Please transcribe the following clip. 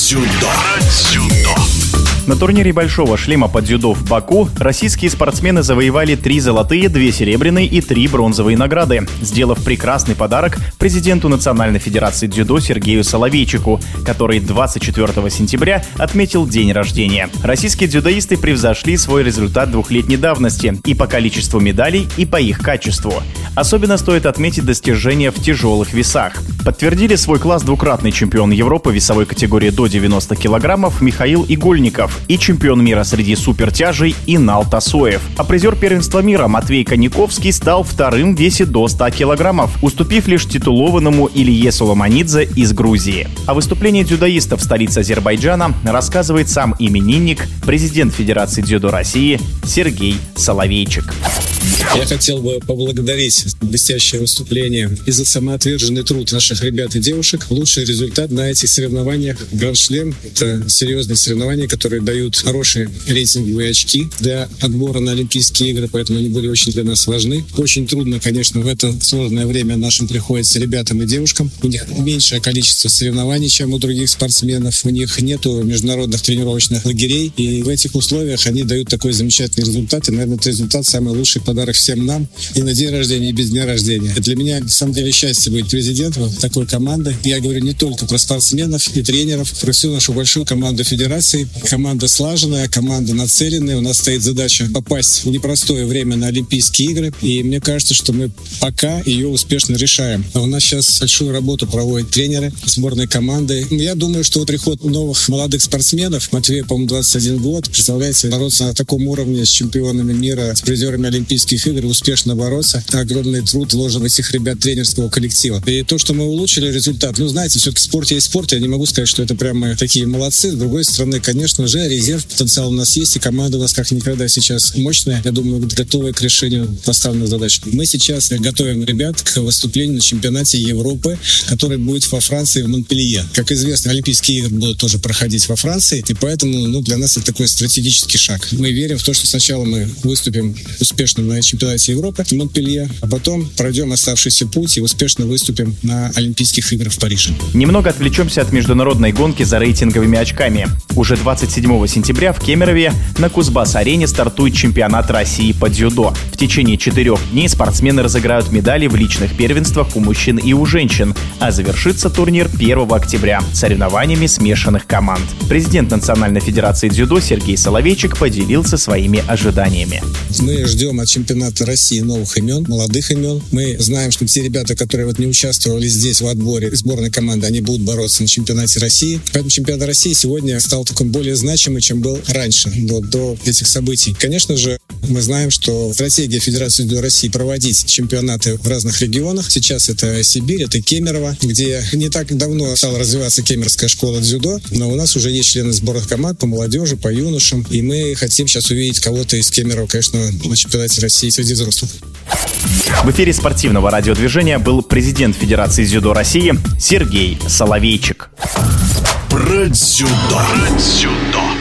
На турнире «Большого шлема» по дзюдо в Баку российские спортсмены завоевали 3 золотые, 2 серебряные и 3 бронзовые награды, сделав прекрасный подарок президенту Национальной федерации дзюдо Сергею Соловейчику, который 24 сентября отметил день рождения. Российские дзюдоисты превзошли свой результат двухлетней давности и по количеству медалей, и по их качеству. Особенно стоит отметить достижения в тяжелых весах. Подтвердили свой класс двукратный чемпион Европы весовой категории до 90 килограммов Михаил Игольников и чемпион мира среди супертяжей Инал Тасоев. А призер первенства мира Матвей Коньяковский стал вторым в весе до 100 килограммов, уступив лишь титулованному Илье Суламанидзе из Грузии. О выступлении дзюдоистов в столице Азербайджана рассказывает сам именинник, президент Федерации дзюдо России Сергей Соловейчик. Я хотел бы поблагодарить за блестящее выступление и за самоотверженный труд наших ребят и девушек. Лучший результат на этих соревнованиях. Гранд-шлем — это серьезные соревнования, которые дают хорошие рейтинговые очки для отбора на Олимпийские игры, поэтому они были очень для нас важны. Очень трудно, конечно, в это сложное время нашим приходится ребятам и девушкам. У них меньшее количество соревнований, чем у других спортсменов. У них нету международных тренировочных лагерей. И в этих условиях они дают такой замечательный результат. И, наверное, этот результат самый лучший подарок всем нам и на день рождения, и без дня рождения. Для меня, на самом деле, счастье быть президентом такой команды. Я говорю не только про спортсменов и тренеров, про всю нашу большую команду федерации. Команда слаженная, команда нацеленная. У нас стоит задача попасть в непростое время на Олимпийские игры. И мне кажется, что мы пока ее успешно решаем. А у нас сейчас большую работу проводят тренеры сборной команды. Я думаю, что приход новых молодых спортсменов, Матвею, по-моему, 21 год, представляете, бороться на таком уровне с чемпионами мира, с призерами Олимпийских игр, успешно бороться. Огромный труд вложен в этих ребят тренерского коллектива. И то, что мы улучшили результат, знаете, все-таки спорт есть спорт, я не могу сказать, что это прямо такие молодцы. С другой стороны, конечно же, резерв, потенциал у нас есть, и команда у нас как никогда сейчас мощная. Я думаю, готовая к решению поставленных задач. Мы сейчас готовим ребят к выступлению на чемпионате Европы, который будет во Франции, в Монпелье. Как известно, Олимпийские игры будут тоже проходить во Франции, и поэтому для нас это такой стратегический шаг. Мы верим в то, что сначала мы выступим успешно на чемпионате Европы в Монпелье, а потом пройдем оставшийся путь и успешно выступим на Олимпийских играх в Париже. Немного отвлечемся от международной гонки за рейтинговыми очками. Уже 27 сентября в Кемерове на Кузбасс-арене стартует чемпионат России по дзюдо. В течение 4 дней спортсмены разыграют медали в личных первенствах у мужчин и у женщин, а завершится турнир 1 октября соревнованиями смешанных команд. Президент Национальной федерации дзюдо Сергей Соловейчик поделился своими ожиданиями. Мы ждем от чемпионата России новых имен, молодых имен. Мы знаем, что те ребята, которые не участвовали здесь в отборе сборной команды, они будут бороться на чемпионате России. Поэтому чемпионат России сегодня стал таким более значимым, чем был раньше, до этих событий. Конечно же, мы знаем, что стратегия Федерации дзюдо России проводить чемпионаты в разных регионах. Сейчас это Сибирь, это Кемерово, где не так давно стала развиваться Кемеровская школа дзюдо, но у нас уже есть члены сборных команд по молодежи, по юношам, и мы хотим сейчас увидеть кого-то из Кемерово, конечно, на чемпионате России среди взрослых. В эфире спортивного радиодвижения был президент Федерации дзюдо России Сергей Соловейчик. Про дзюдо.